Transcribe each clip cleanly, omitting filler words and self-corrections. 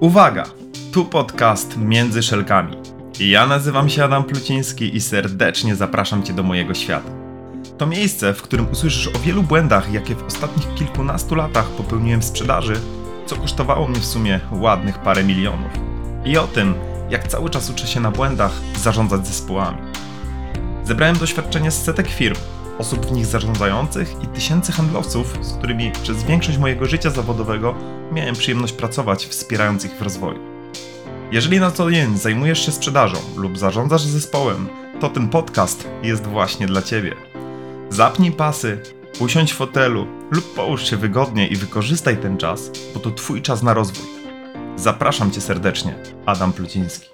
Uwaga! Tu podcast Między Szelkami. Ja nazywam się Adam Pluciński i serdecznie zapraszam Cię do mojego świata. To miejsce, w którym usłyszysz o wielu błędach, jakie w ostatnich kilkunastu latach popełniłem w sprzedaży, co kosztowało mnie w sumie ładnych parę milionów. I o tym, jak cały czas uczę się na błędach zarządzać zespołami. Zebrałem doświadczenie z setek firm, osób w nich zarządzających i tysięcy handlowców, z którymi przez większość mojego życia zawodowego miałem przyjemność pracować, wspierając ich w rozwoju. Jeżeli na co dzień zajmujesz się sprzedażą lub zarządzasz zespołem, to ten podcast jest właśnie dla Ciebie. Zapnij pasy, usiądź w fotelu lub połóż się wygodnie i wykorzystaj ten czas, bo to Twój czas na rozwój. Zapraszam Cię serdecznie, Adam Pluciński.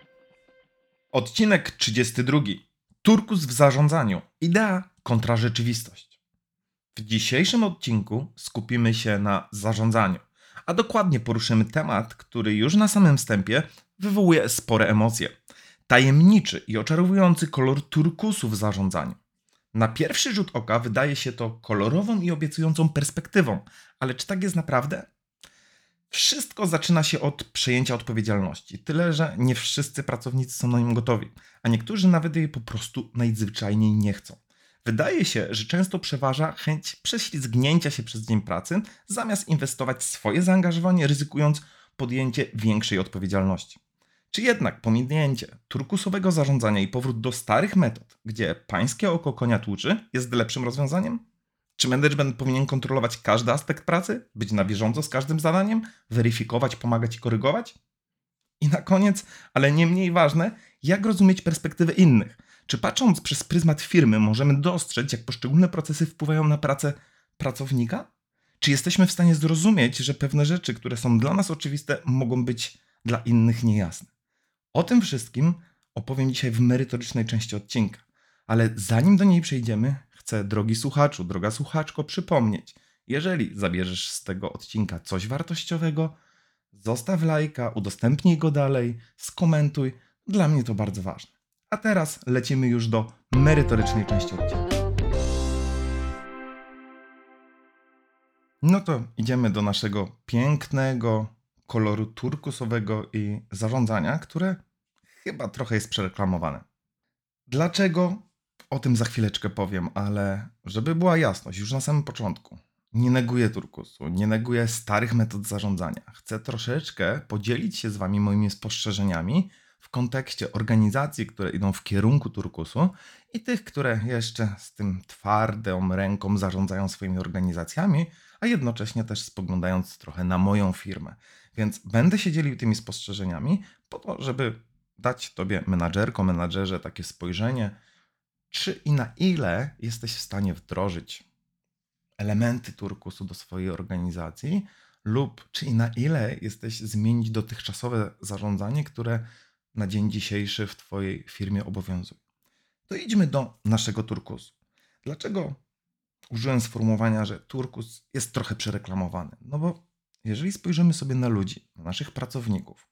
Odcinek 32. Turkus w zarządzaniu. Idea kontra rzeczywistość. W dzisiejszym odcinku skupimy się na zarządzaniu, a dokładnie poruszymy temat, który już na samym wstępie wywołuje spore emocje. Tajemniczy i oczarowujący kolor turkusu w zarządzaniu. Na pierwszy rzut oka wydaje się to kolorową i obiecującą perspektywą, ale czy tak jest naprawdę? Wszystko zaczyna się od przejęcia odpowiedzialności, tyle że nie wszyscy pracownicy są na nim gotowi, a niektórzy nawet jej po prostu najzwyczajniej nie chcą. Wydaje się, że często przeważa chęć prześlizgnięcia się przez dzień pracy, zamiast inwestować swoje zaangażowanie, ryzykując podjęcie większej odpowiedzialności. Czy jednak pominięcie turkusowego zarządzania i powrót do starych metod, gdzie pańskie oko konia tłuczy, jest lepszym rozwiązaniem? Czy management powinien kontrolować każdy aspekt pracy, być na bieżąco z każdym zadaniem, weryfikować, pomagać i korygować? I na koniec, ale nie mniej ważne, jak rozumieć perspektywy innych? Czy patrząc przez pryzmat firmy możemy dostrzec, jak poszczególne procesy wpływają na pracę pracownika? Czy jesteśmy w stanie zrozumieć, że pewne rzeczy, które są dla nas oczywiste, mogą być dla innych niejasne? O tym wszystkim opowiem dzisiaj w merytorycznej części odcinka. Ale zanim do niej przejdziemy, chcę, drogi słuchaczu, droga słuchaczko, przypomnieć, jeżeli zabierzesz z tego odcinka coś wartościowego, zostaw lajka, udostępnij go dalej, skomentuj. Dla mnie to bardzo ważne. A teraz lecimy już do merytorycznej części odcinka. No to idziemy do naszego pięknego koloru turkusowego i zarządzania, które chyba trochę jest przereklamowane. Dlaczego? O tym za chwileczkę powiem, ale żeby była jasność, już na samym początku. Nie neguję turkusu, nie neguję starych metod zarządzania. Chcę troszeczkę podzielić się z Wami moimi spostrzeżeniami w kontekście organizacji, które idą w kierunku turkusu i tych, które jeszcze z tym twardą ręką zarządzają swoimi organizacjami, a jednocześnie też spoglądając trochę na moją firmę. Więc będę się dzielił tymi spostrzeżeniami po to, żeby dać Tobie, menadżerze, takie spojrzenie, czy i na ile jesteś w stanie wdrożyć elementy turkusu do swojej organizacji lub czy i na ile jesteś zmienić dotychczasowe zarządzanie, które na dzień dzisiejszy w Twojej firmie obowiązuje. To idźmy do naszego turkusu. Dlaczego użyłem sformułowania, że turkus jest trochę przereklamowany? No bo jeżeli spojrzymy sobie na ludzi, na naszych pracowników,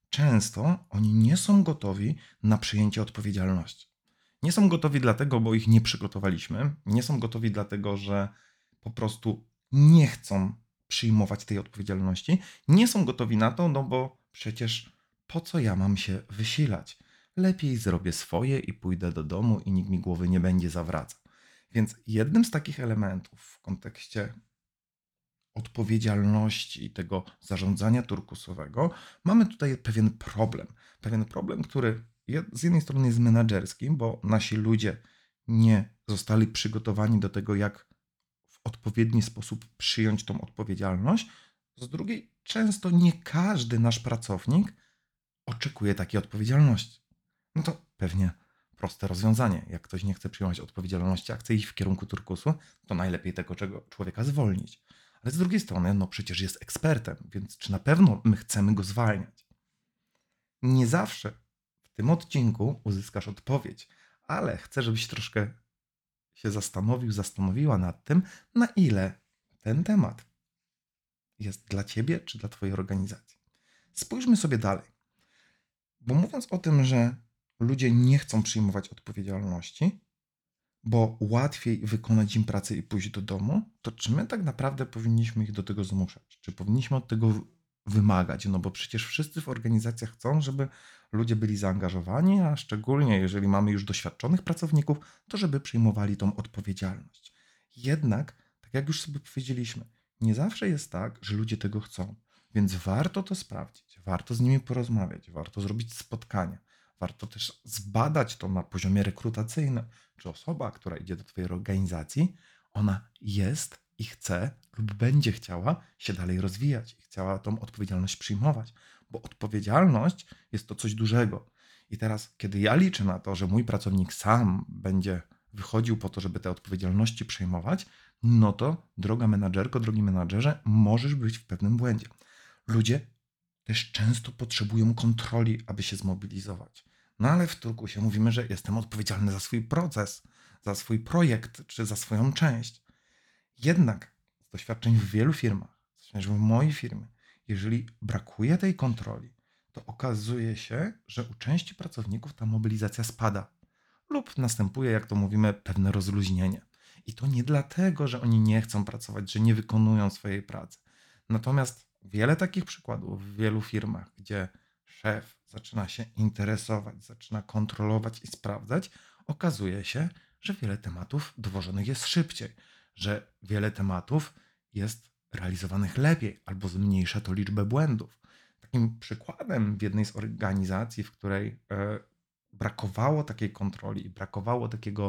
często oni nie są gotowi na przyjęcie odpowiedzialności. Nie są gotowi dlatego, bo ich nie przygotowaliśmy. Nie są gotowi dlatego, że po prostu nie chcą przyjmować tej odpowiedzialności. Nie są gotowi na to, no bo przecież po co ja mam się wysilać? Lepiej zrobię swoje i pójdę do domu i nikt mi głowy nie będzie zawracał. Więc jednym z takich elementów w kontekście odpowiedzialności i tego zarządzania turkusowego mamy tutaj pewien problem. Pewien problem, który z jednej strony jest menadżerski, bo nasi ludzie nie zostali przygotowani do tego, jak w odpowiedni sposób przyjąć tą odpowiedzialność. Z drugiej, często nie każdy nasz pracownik oczekuje takiej odpowiedzialności. No to pewnie proste rozwiązanie. Jak ktoś nie chce przyjąć odpowiedzialności, a chce iść w kierunku turkusu, to najlepiej tego człowieka zwolnić. Ale z drugiej strony, no przecież jest ekspertem, więc czy na pewno my chcemy go zwalniać? Nie zawsze w tym odcinku uzyskasz odpowiedź, ale chcę, żebyś troszkę się zastanowiła nad tym, na ile ten temat jest dla Ciebie czy dla Twojej organizacji. Spójrzmy sobie dalej, bo mówiąc o tym, że ludzie nie chcą przyjmować odpowiedzialności, bo łatwiej wykonać im pracę i pójść do domu, to czy my tak naprawdę powinniśmy ich do tego zmuszać? Czy powinniśmy od tego wymagać, no bo przecież wszyscy w organizacjach chcą, żeby ludzie byli zaangażowani, a szczególnie jeżeli mamy już doświadczonych pracowników, to żeby przyjmowali tą odpowiedzialność. Jednak, tak jak już sobie powiedzieliśmy, nie zawsze jest tak, że ludzie tego chcą, więc warto to sprawdzić, warto z nimi porozmawiać, warto zrobić spotkania, warto też zbadać to na poziomie rekrutacyjnym, czy osoba, która idzie do Twojej organizacji, ona jest i chce lub będzie chciała się dalej rozwijać i chciała tą odpowiedzialność przyjmować, bo odpowiedzialność jest to coś dużego. I teraz, kiedy ja liczę na to, że mój pracownik sam będzie wychodził po to, żeby te odpowiedzialności przejmować, no to droga menadżerko, drogi menadżerze, możesz być w pewnym błędzie. Ludzie też często potrzebują kontroli, aby się zmobilizować. No ale w Turkusie mówimy, że jestem odpowiedzialny za swój proces, za swój projekt czy za swoją część. Jednak z doświadczeń w wielu firmach, też w mojej firmie, jeżeli brakuje tej kontroli, to okazuje się, że u części pracowników ta mobilizacja spada lub następuje, jak to mówimy, pewne rozluźnienie. I to nie dlatego, że oni nie chcą pracować, że nie wykonują swojej pracy. Natomiast wiele takich przykładów w wielu firmach, gdzie szef zaczyna się interesować, zaczyna kontrolować i sprawdzać, okazuje się, że wiele tematów dowożonych jest szybciej, że wiele tematów jest realizowanych lepiej albo zmniejsza to liczbę błędów. Takim przykładem w jednej z organizacji, w której brakowało takiej kontroli i brakowało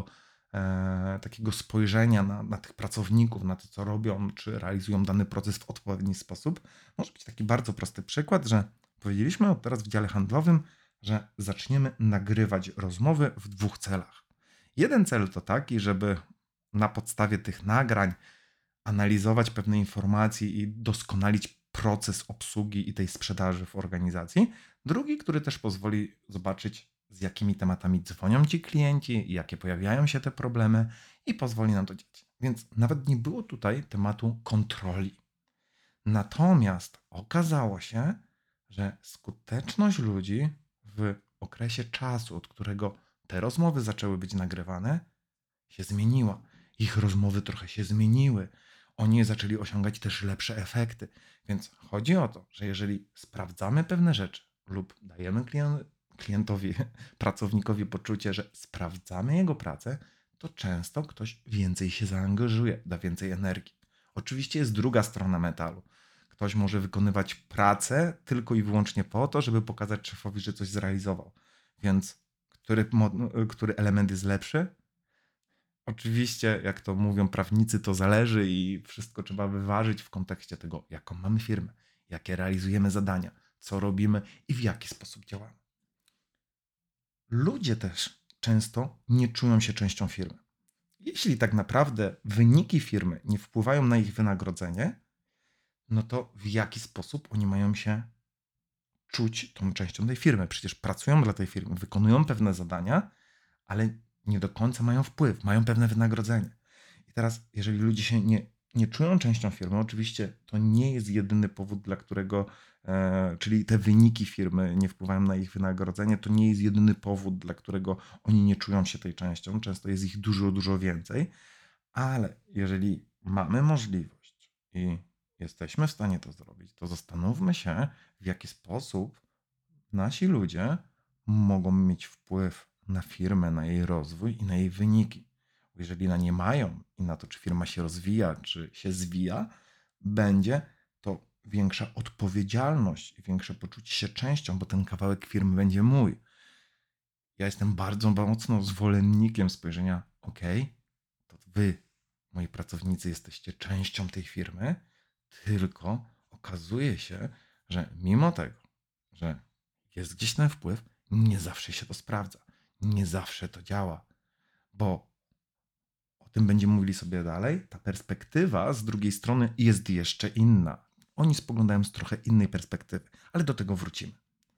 takiego spojrzenia na tych pracowników, na to, co robią, czy realizują dany proces w odpowiedni sposób, może być taki bardzo prosty przykład, że powiedzieliśmy teraz w dziale handlowym, że zaczniemy nagrywać rozmowy w dwóch celach. Jeden cel to taki, żeby na podstawie tych nagrań analizować pewne informacje i doskonalić proces obsługi i tej sprzedaży w organizacji. Drugi, który też pozwoli zobaczyć, z jakimi tematami dzwonią ci klienci, jakie pojawiają się te problemy i pozwoli nam to działać. Więc nawet nie było tutaj tematu kontroli. Natomiast okazało się, że skuteczność ludzi w okresie czasu, od którego te rozmowy zaczęły być nagrywane, się zmieniła. Ich rozmowy trochę się zmieniły. Oni zaczęli osiągać też lepsze efekty. Więc chodzi o to, że jeżeli sprawdzamy pewne rzeczy lub dajemy klientowi, pracownikowi poczucie, że sprawdzamy jego pracę, to często ktoś więcej się zaangażuje, da więcej energii. Oczywiście jest druga strona metalu. Ktoś może wykonywać pracę tylko i wyłącznie po to, żeby pokazać szefowi, że coś zrealizował. Więc który element jest lepszy? Oczywiście, jak to mówią prawnicy, to zależy i wszystko trzeba wyważyć w kontekście tego, jaką mamy firmę, jakie realizujemy zadania, co robimy i w jaki sposób działamy. Ludzie też często nie czują się częścią firmy. Jeśli tak naprawdę wyniki firmy nie wpływają na ich wynagrodzenie, no to w jaki sposób oni mają się czuć tą częścią tej firmy? Przecież pracują dla tej firmy, wykonują pewne zadania, ale nie do końca mają wpływ, mają pewne wynagrodzenie. I teraz, jeżeli ludzie się nie czują częścią firmy, oczywiście to nie jest jedyny powód, dla którego, czyli te wyniki firmy nie wpływają na ich wynagrodzenie, to nie jest jedyny powód, dla którego oni nie czują się tej częścią. Często jest ich dużo, dużo więcej, ale jeżeli mamy możliwość i jesteśmy w stanie to zrobić, to zastanówmy się, w jaki sposób nasi ludzie mogą mieć wpływ na firmę, na jej rozwój i na jej wyniki. Bo jeżeli na nie mają i na to, czy firma się rozwija, czy się zwija, będzie to większa odpowiedzialność i większe poczucie się częścią, bo ten kawałek firmy będzie mój. Ja jestem bardzo mocno zwolennikiem spojrzenia, ok, to wy, moi pracownicy, jesteście częścią tej firmy, tylko okazuje się, że mimo tego, że jest gdzieś ten wpływ, nie zawsze się to sprawdza, nie zawsze to działa, bo o tym będziemy mówili sobie dalej. Ta perspektywa z drugiej strony jest jeszcze inna. Oni spoglądają z trochę innej perspektywy, ale do tego wrócimy.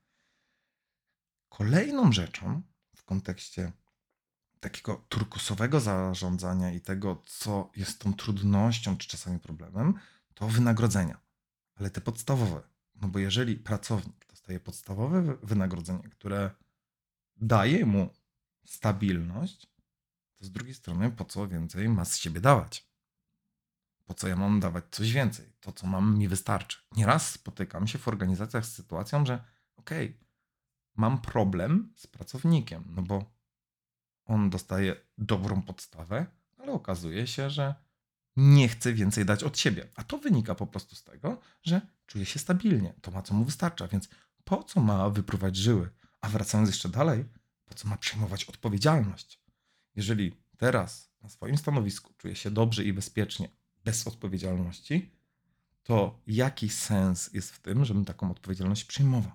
Kolejną rzeczą w kontekście takiego turkusowego zarządzania i tego, co jest tą trudnością czy czasami problemem, to wynagrodzenia, ale te podstawowe. No bo jeżeli pracownik dostaje podstawowe wynagrodzenie, które daje mu stabilność, to z drugiej strony po co więcej ma z siebie dawać? Po co ja mam dawać coś więcej? To, co mam, mi wystarczy. Nieraz spotykam się w organizacjach z sytuacją, że okej, mam problem z pracownikiem, no bo on dostaje dobrą podstawę, ale okazuje się, że nie chce więcej dać od siebie. A to wynika po prostu z tego, że czuje się stabilnie. To ma co mu wystarcza, więc po co ma wypruwać żyły? A wracając jeszcze dalej, po co ma przejmować odpowiedzialność? Jeżeli teraz na swoim stanowisku czuje się dobrze i bezpiecznie, bez odpowiedzialności, to jaki sens jest w tym, żebym taką odpowiedzialność przyjmował?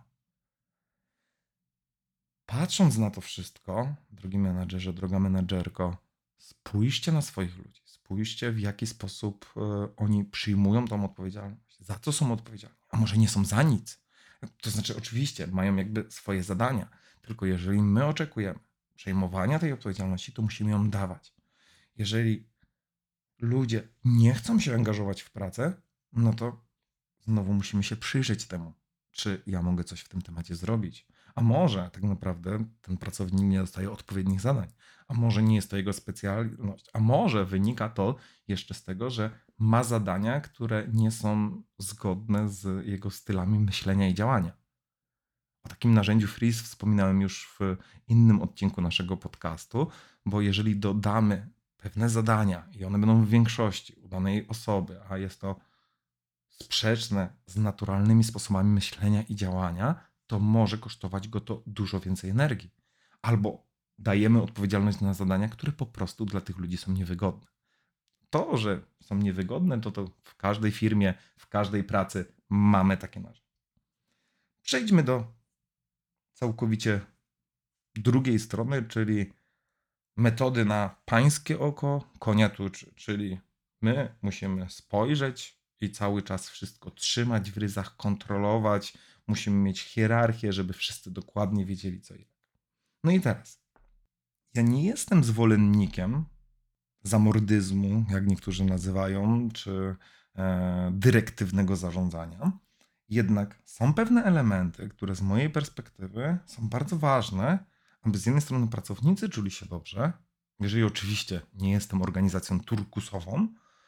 Patrząc na to wszystko, drogi menadżerze, droga menadżerko, spójrzcie na swoich ludzi. Spójrzcie, w jaki sposób oni przyjmują tą odpowiedzialność. Za co są odpowiedzialni? A może nie są za nic? To znaczy, oczywiście, mają jakby swoje zadania. Tylko jeżeli my oczekujemy przejmowania tej odpowiedzialności, to musimy ją dawać. Jeżeli ludzie nie chcą się angażować w pracę, no to znowu musimy się przyjrzeć temu, czy ja mogę coś w tym temacie zrobić. A może tak naprawdę ten pracownik nie dostaje odpowiednich zadań, a może nie jest to jego specjalność, a może wynika to jeszcze z tego, że ma zadania, które nie są zgodne z jego stylami myślenia i działania. O takim narzędziu Freeze wspominałem już w innym odcinku naszego podcastu, bo jeżeli dodamy pewne zadania i one będą w większości u danej osoby, a jest to sprzeczne z naturalnymi sposobami myślenia i działania, to może kosztować go to dużo więcej energii. Albo dajemy odpowiedzialność na zadania, które po prostu dla tych ludzi są niewygodne. To, że są niewygodne, to w każdej firmie, w każdej pracy mamy takie narzędzia. Przejdźmy do całkowicie drugiej strony, czyli metody na pańskie oko, konia tuczy, czyli my musimy spojrzeć i cały czas wszystko trzymać w ryzach, kontrolować, musimy mieć hierarchię, żeby wszyscy dokładnie wiedzieli co i jak. No i teraz, ja nie jestem zwolennikiem zamordyzmu, jak niektórzy nazywają, czy dyrektywnego zarządzania. Jednak są pewne elementy, które z mojej perspektywy są bardzo ważne, aby z jednej strony pracownicy czuli się dobrze, jeżeli oczywiście nie jestem organizacją turkusową,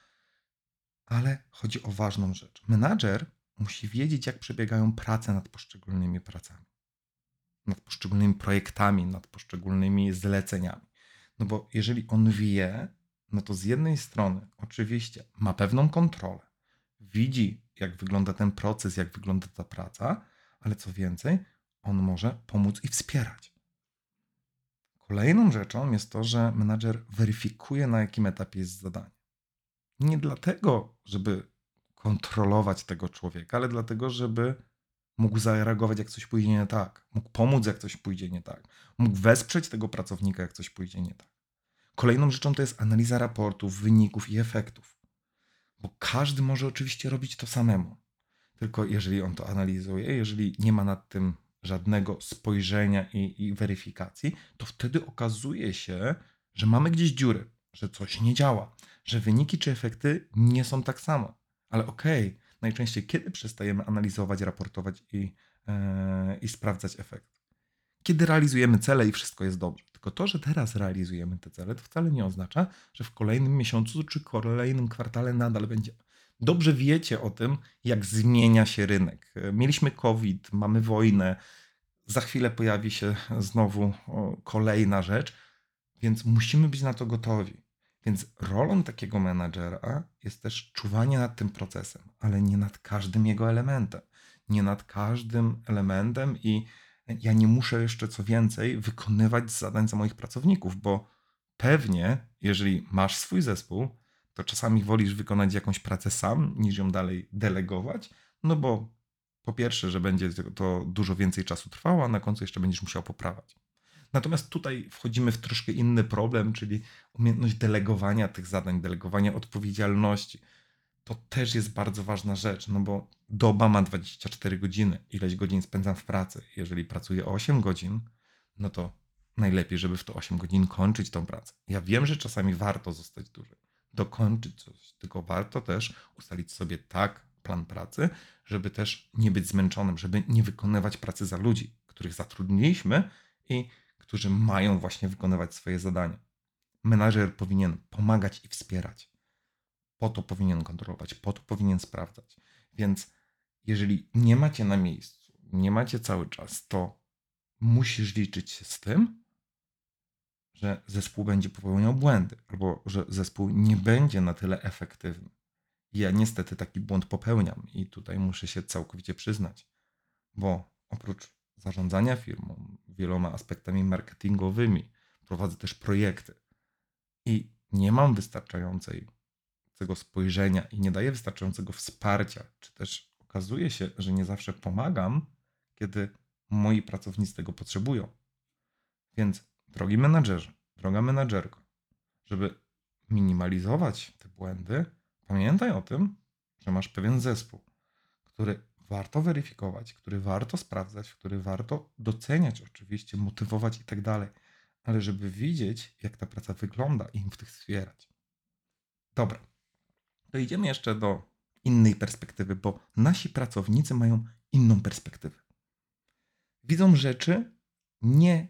ale chodzi o ważną rzecz. Menadżer musi wiedzieć, jak przebiegają prace nad poszczególnymi pracami, nad poszczególnymi projektami, nad poszczególnymi zleceniami. No bo jeżeli on wie, no to z jednej strony oczywiście ma pewną kontrolę, widzi, jak wygląda ten proces, jak wygląda ta praca, ale co więcej, on może pomóc i wspierać. Kolejną rzeczą jest to, że menadżer weryfikuje, na jakim etapie jest zadanie. Nie dlatego, żeby kontrolować tego człowieka, ale dlatego, żeby mógł zareagować, jak coś pójdzie nie tak, mógł pomóc, jak coś pójdzie nie tak, mógł wesprzeć tego pracownika, jak coś pójdzie nie tak. Kolejną rzeczą to jest analiza raportów, wyników i efektów. Bo każdy może oczywiście robić to samemu. Tylko jeżeli on to analizuje, jeżeli nie ma nad tym żadnego spojrzenia i weryfikacji, to wtedy okazuje się, że mamy gdzieś dziury, że coś nie działa, że wyniki czy efekty nie są tak samo. Ale okej, najczęściej kiedy przestajemy analizować, raportować i sprawdzać efekt? Kiedy realizujemy cele i wszystko jest dobrze. Tylko to, że teraz realizujemy te cele, to wcale nie oznacza, że w kolejnym miesiącu czy kolejnym kwartale nadal będzie. Dobrze wiecie o tym, jak zmienia się rynek. Mieliśmy COVID, mamy wojnę, za chwilę pojawi się znowu kolejna rzecz, więc musimy być na to gotowi. Więc rolą takiego menadżera jest też czuwanie nad tym procesem, ale nie nad każdym jego elementem. Nie nad każdym elementem i ja nie muszę jeszcze co więcej wykonywać zadań za moich pracowników, bo pewnie, jeżeli masz swój zespół, to czasami wolisz wykonać jakąś pracę sam, niż ją dalej delegować, no bo po pierwsze, że będzie to dużo więcej czasu trwało, a na końcu jeszcze będziesz musiał poprawiać. Natomiast tutaj wchodzimy w troszkę inny problem, czyli umiejętność delegowania tych zadań, delegowania odpowiedzialności. To też jest bardzo ważna rzecz, no bo doba ma 24 godziny. Ileś godzin spędzam w pracy. Jeżeli pracuję 8 godzin, no to najlepiej, żeby w to 8 godzin kończyć tą pracę. Ja wiem, że czasami warto zostać dłużej, dokończyć coś, tylko warto też ustalić sobie tak plan pracy, żeby też nie być zmęczonym, żeby nie wykonywać pracy za ludzi, których zatrudniliśmy i którzy mają właśnie wykonywać swoje zadania. Menadżer powinien pomagać i wspierać. po to powinien kontrolować, po to powinien sprawdzać. Więc jeżeli nie macie na miejscu, nie macie cały czas, to musisz liczyć się z tym, że zespół będzie popełniał błędy, albo że zespół nie będzie na tyle efektywny. Ja niestety taki błąd popełniam i tutaj muszę się całkowicie przyznać, bo oprócz zarządzania firmą, wieloma aspektami marketingowymi, prowadzę też projekty i nie mam wystarczającego spojrzenia i nie daję wystarczającego wsparcia, czy też okazuje się, że nie zawsze pomagam, kiedy moi pracownicy tego potrzebują. Więc drogi menadżerze, droga menadżerko, żeby minimalizować te błędy, pamiętaj o tym, że masz pewien zespół, który warto weryfikować, który warto sprawdzać, który warto doceniać oczywiście, motywować i tak dalej, ale żeby widzieć, jak ta praca wygląda i im w tych wspierać. Dobra, to idziemy jeszcze do innej perspektywy, bo nasi pracownicy mają inną perspektywę. Widzą rzeczy nie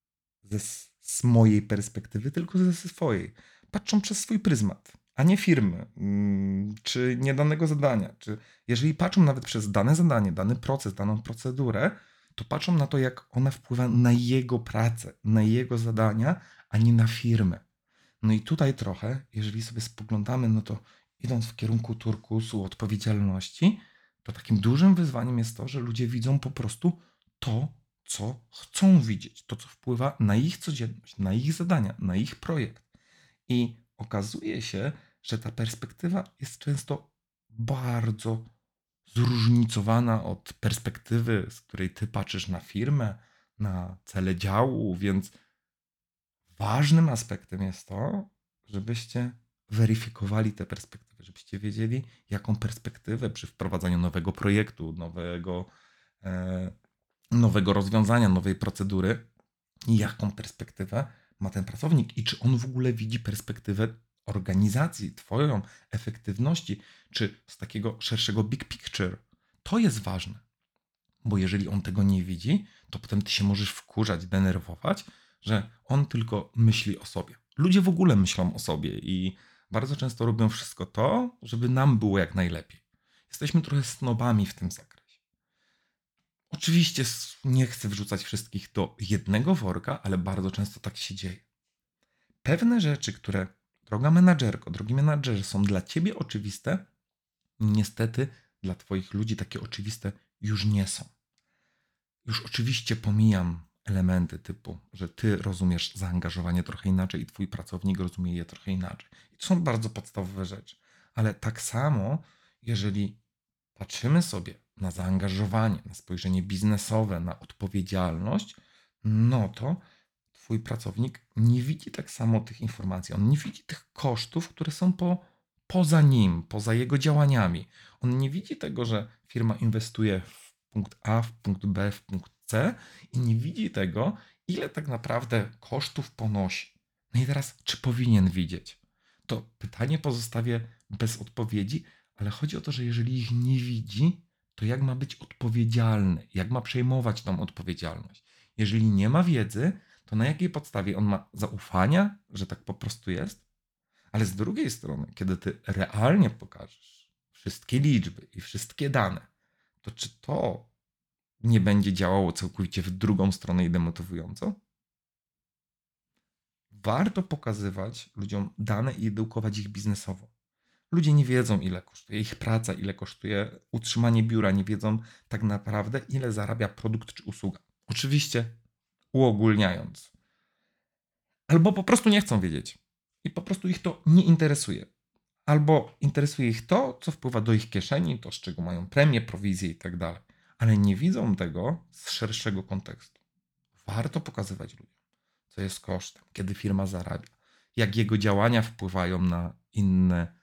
z mojej perspektywy, tylko ze swojej. Patrzą przez swój pryzmat, a nie firmy, czy nie danego zadania. Czy jeżeli patrzą nawet przez dane zadanie, dany proces, daną procedurę, to patrzą na to, jak ona wpływa na jego pracę, na jego zadania, a nie na firmę. No i tutaj trochę, jeżeli sobie spoglądamy, no to idąc w kierunku turkusu, odpowiedzialności, to takim dużym wyzwaniem jest to, że ludzie widzą po prostu to, co chcą widzieć, to, co wpływa na ich codzienność, na ich zadania, na ich projekt. I okazuje się, że ta perspektywa jest często bardzo zróżnicowana od perspektywy, z której ty patrzysz na firmę, na cele działu, więc ważnym aspektem jest to, żebyście weryfikowali te perspektywy, żebyście wiedzieli, jaką perspektywę przy wprowadzaniu nowego projektu, nowego rozwiązania, nowej procedury, jaką perspektywę ma ten pracownik i czy on w ogóle widzi perspektywę organizacji, twoją efektywności, czy z takiego szerszego big picture. To jest ważne, bo jeżeli on tego nie widzi, to potem ty się możesz wkurzać, denerwować, że on tylko myśli o sobie. Ludzie w ogóle myślą o sobie i bardzo często robią wszystko to, żeby nam było jak najlepiej. Jesteśmy trochę snobami w tym zakresie. Oczywiście nie chcę wrzucać wszystkich do jednego worka, ale bardzo często tak się dzieje. Pewne rzeczy, które, droga menadżerko, drogi menadżerze, są dla ciebie oczywiste, niestety dla twoich ludzi takie oczywiste już nie są. Już oczywiście pomijam elementy typu, że ty rozumiesz zaangażowanie trochę inaczej i twój pracownik rozumie je trochę inaczej. I to są bardzo podstawowe rzeczy. Ale tak samo, jeżeli patrzymy sobie na zaangażowanie, na spojrzenie biznesowe, na odpowiedzialność, no to twój pracownik nie widzi tak samo tych informacji. On nie widzi tych kosztów, które są poza nim, poza jego działaniami. On nie widzi tego, że firma inwestuje w punkt A, w punkt B, w punkt C i nie widzi tego, ile tak naprawdę kosztów ponosi. No i teraz, czy powinien widzieć? To pytanie pozostawię bez odpowiedzi, ale chodzi o to, że jeżeli ich nie widzi, to jak ma być odpowiedzialny? Jak ma przejmować tą odpowiedzialność? Jeżeli nie ma wiedzy, to na jakiej podstawie on ma zaufania, że tak po prostu jest? Ale z drugiej strony, kiedy ty realnie pokażesz wszystkie liczby i wszystkie dane, to czy to nie będzie działało całkowicie w drugą stronę i demotywująco? Warto pokazywać ludziom dane i edukować ich biznesowo. Ludzie nie wiedzą, ile kosztuje ich praca, ile kosztuje utrzymanie biura, nie wiedzą tak naprawdę, ile zarabia produkt czy usługa. Oczywiście uogólniając. Albo po prostu nie chcą wiedzieć i po prostu ich to nie interesuje. Albo interesuje ich to, co wpływa do ich kieszeni, to z czego mają premie, prowizje i tak dalej. Ale nie widzą tego z szerszego kontekstu. Warto pokazywać ludziom, co jest kosztem, kiedy firma zarabia, jak jego działania wpływają na inne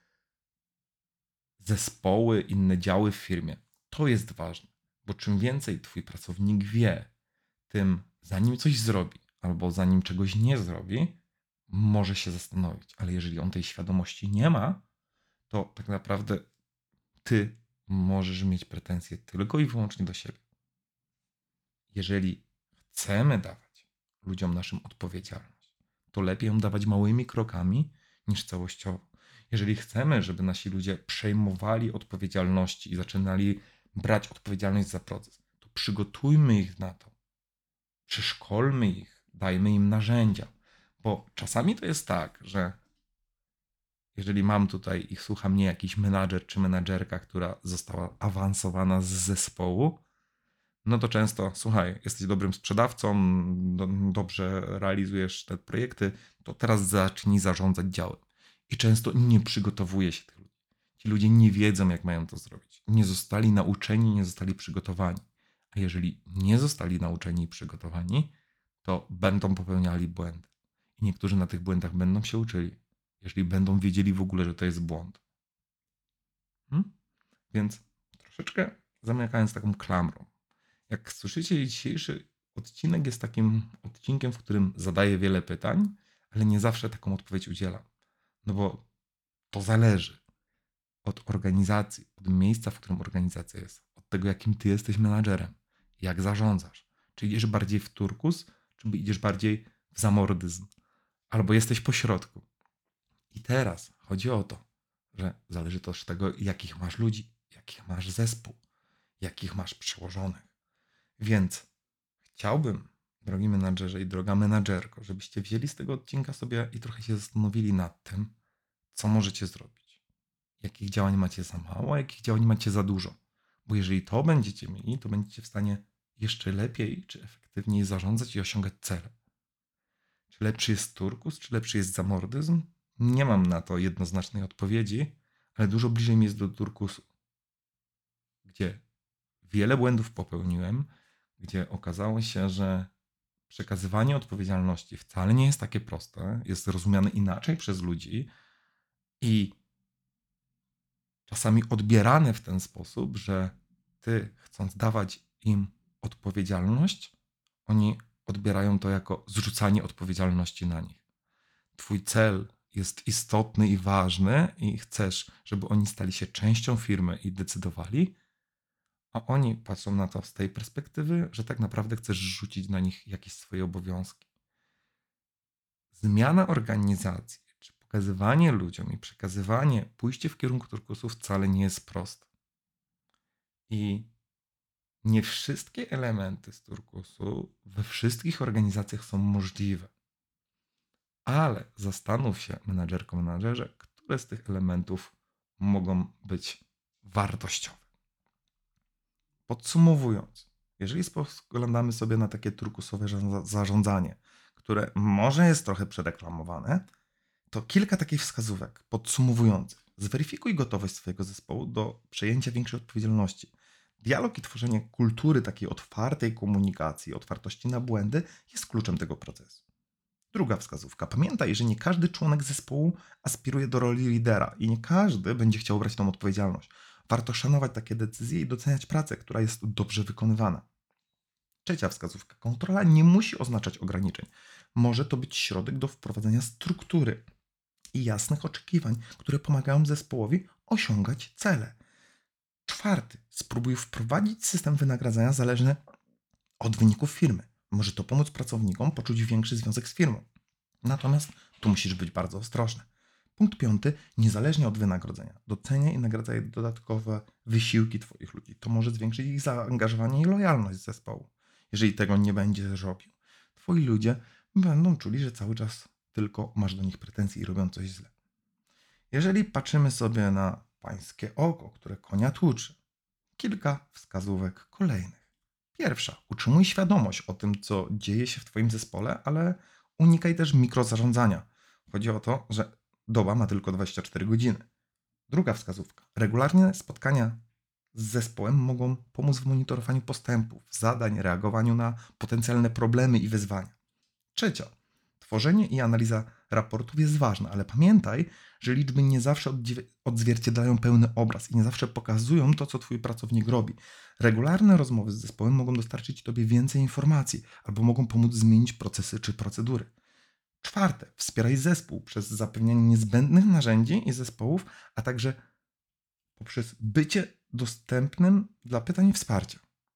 zespoły, inne działy w firmie. To jest ważne, bo czym więcej twój pracownik wie, tym zanim coś zrobi albo zanim czegoś nie zrobi, może się zastanowić. Ale jeżeli on tej świadomości nie ma, to tak naprawdę ty możesz mieć pretensje tylko i wyłącznie do siebie. Jeżeli chcemy dawać ludziom naszym odpowiedzialność, to lepiej ją dawać małymi krokami niż całościowo. Jeżeli chcemy, żeby nasi ludzie przejmowali odpowiedzialności i zaczynali brać odpowiedzialność za proces, to przygotujmy ich na to. Przeszkolmy ich, dajmy im narzędzia. Bo czasami to jest tak, że jeżeli mam tutaj i słucha mnie jakiś menadżer czy menadżerka, która została awansowana z zespołu, no to często, słuchaj, jesteś dobrym sprzedawcą, dobrze realizujesz te projekty, to teraz zacznij zarządzać działem. I często nie przygotowuje się tych ludzi. Ci ludzie nie wiedzą, jak mają to zrobić. Nie zostali nauczeni, nie zostali przygotowani. A jeżeli nie zostali nauczeni i przygotowani, to będą popełniali błędy. I niektórzy na tych błędach będą się uczyli, jeżeli będą wiedzieli w ogóle, że to jest błąd. Więc troszeczkę zamykając taką klamrą. Jak słyszycie, dzisiejszy odcinek jest takim odcinkiem, w którym zadaję wiele pytań, ale nie zawsze taką odpowiedź udzielam. No bo to zależy od organizacji, od miejsca, w którym organizacja jest, od tego, jakim ty jesteś menadżerem, jak zarządzasz. Czy idziesz bardziej w turkus, czy idziesz bardziej w zamordyzm, albo jesteś po środku. I teraz chodzi o to, że zależy też od tego, jakich masz ludzi, jakich masz zespół, jakich masz przełożonych. Więc chciałbym, drogi menadżerze i droga menadżerko, żebyście wzięli z tego odcinka sobie i trochę się zastanowili nad tym, co możecie zrobić. Jakich działań macie za mało, a jakich działań macie za dużo. Bo jeżeli to będziecie mieli, to będziecie w stanie jeszcze lepiej czy efektywniej zarządzać i osiągać cele. Czy lepszy jest turkus, czy lepszy jest zamordyzm? Nie mam na to jednoznacznej odpowiedzi, ale dużo bliżej mi jest do turkusu, gdzie wiele błędów popełniłem, gdzie okazało się, że przekazywanie odpowiedzialności wcale nie jest takie proste, jest rozumiane inaczej przez ludzi i czasami odbierane w ten sposób, że ty, chcąc dawać im odpowiedzialność, oni odbierają to jako zrzucanie odpowiedzialności na nich. Twój cel jest istotny i ważny i chcesz, żeby oni stali się częścią firmy i decydowali, a oni patrzą na to z tej perspektywy, że tak naprawdę chcesz rzucić na nich jakieś swoje obowiązki. Zmiana organizacji, czy pokazywanie ludziom i przekazywanie, pójście w kierunku turkusu wcale nie jest proste. I nie wszystkie elementy z turkusu we wszystkich organizacjach są możliwe. Ale zastanów się, menadżerze, które z tych elementów mogą być wartościowe. Podsumowując, jeżeli spoglądamy sobie na takie turkusowe zarządzanie, które może jest trochę przedeklamowane, to kilka takich wskazówek podsumowujących. Zweryfikuj gotowość swojego zespołu do przejęcia większej odpowiedzialności. Dialog i tworzenie kultury takiej otwartej komunikacji, otwartości na błędy jest kluczem tego procesu. Druga wskazówka. Pamiętaj, że nie każdy członek zespołu aspiruje do roli lidera i nie każdy będzie chciał brać tą odpowiedzialność. Warto szanować takie decyzje i doceniać pracę, która jest dobrze wykonywana. Trzecia wskazówka. Kontrola nie musi oznaczać ograniczeń. Może to być środek do wprowadzenia struktury i jasnych oczekiwań, które pomagają zespołowi osiągać cele. Czwarty. Spróbuj wprowadzić system wynagradzania zależny od wyników firmy. Może to pomóc pracownikom poczuć większy związek z firmą. Natomiast tu musisz być bardzo ostrożny. Punkt piąty. Niezależnie od wynagrodzenia. Doceniaj i nagradzaj dodatkowe wysiłki Twoich ludzi. To może zwiększyć ich zaangażowanie i lojalność zespołu. Jeżeli tego nie będziesz robił, Twoi ludzie będą czuli, że cały czas tylko masz do nich pretensje i robią coś źle. Jeżeli patrzymy sobie na pańskie oko, które konia tłuczy, kilka wskazówek kolejnych. Pierwsza. Utrzymuj świadomość o tym, co dzieje się w Twoim zespole, ale unikaj też mikrozarządzania. Chodzi o to, że doba ma tylko 24 godziny. Druga wskazówka. Regularne spotkania z zespołem mogą pomóc w monitorowaniu postępów, zadań, reagowaniu na potencjalne problemy i wyzwania. Trzecia. Tworzenie i analiza raportów jest ważna, ale pamiętaj, że liczby nie zawsze odzwierciedlają pełny obraz i nie zawsze pokazują to, co Twój pracownik robi. Regularne rozmowy z zespołem mogą dostarczyć Tobie więcej informacji albo mogą pomóc zmienić procesy czy procedury. Czwarte. Wspieraj zespół przez zapewnianie niezbędnych narzędzi i zespołów, a także poprzez bycie dostępnym dla pytań i wsparcia.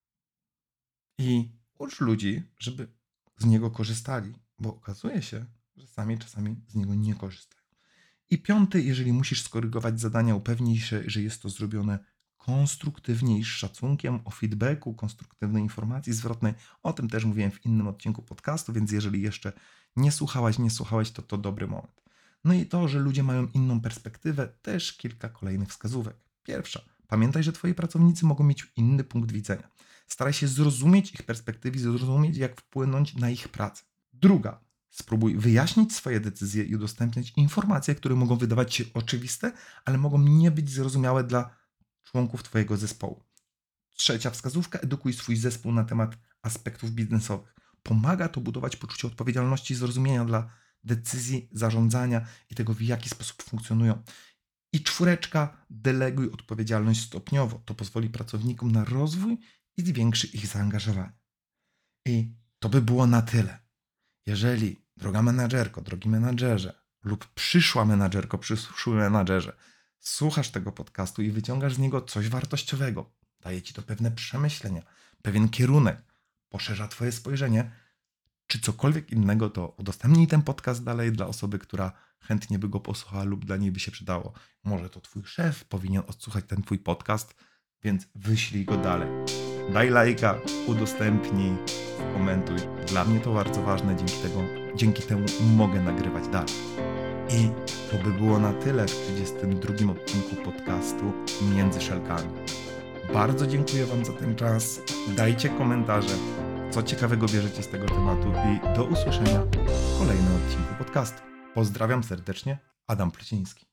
I ucz ludzi, żeby z niego korzystali, bo okazuje się, że sami czasami z niego nie korzystają. I 5, jeżeli musisz skorygować zadania, upewnij się, że jest to zrobione konstruktywnie i z szacunkiem, o feedbacku, konstruktywnej informacji zwrotnej. O tym też mówiłem w innym odcinku podcastu, więc jeżeli jeszcze nie słuchałeś, to dobry moment. No i to, że ludzie mają inną perspektywę, też kilka kolejnych wskazówek. Pierwsza, pamiętaj, że twoi pracownicy mogą mieć inny punkt widzenia. Staraj się zrozumieć ich perspektywy, zrozumieć, jak wpłynąć na ich pracę. Druga, spróbuj wyjaśnić swoje decyzje i udostępniać informacje, które mogą wydawać się oczywiste, ale mogą nie być zrozumiałe dla członków twojego zespołu. Trzecia wskazówka, edukuj swój zespół na temat aspektów biznesowych. Pomaga to budować poczucie odpowiedzialności i zrozumienia dla decyzji, zarządzania i tego, w jaki sposób funkcjonują. I 4, deleguj odpowiedzialność stopniowo. To pozwoli pracownikom na rozwój i zwiększy ich zaangażowanie. I to by było na tyle. Jeżeli, droga menadżerko, drogi menadżerze lub przyszła menadżerko, przyszły menadżerze, słuchasz tego podcastu i wyciągasz z niego coś wartościowego, daje ci to pewne przemyślenia, pewien kierunek, poszerza twoje spojrzenie, czy cokolwiek innego, to udostępnij ten podcast dalej dla osoby, która chętnie by go posłuchała lub dla niej by się przydało. Może to twój szef powinien odsłuchać ten twój podcast, więc wyślij go dalej. Daj lajka, udostępnij, komentuj. Dla mnie to bardzo ważne, dzięki temu mogę nagrywać dalej. I to by było na tyle w 32 odcinku podcastu Między Szelkami. Bardzo dziękuję wam za ten czas. Dajcie komentarze, co ciekawego bierzecie z tego tematu i do usłyszenia w kolejnym odcinku podcastu. Pozdrawiam serdecznie, Adam Pleciński.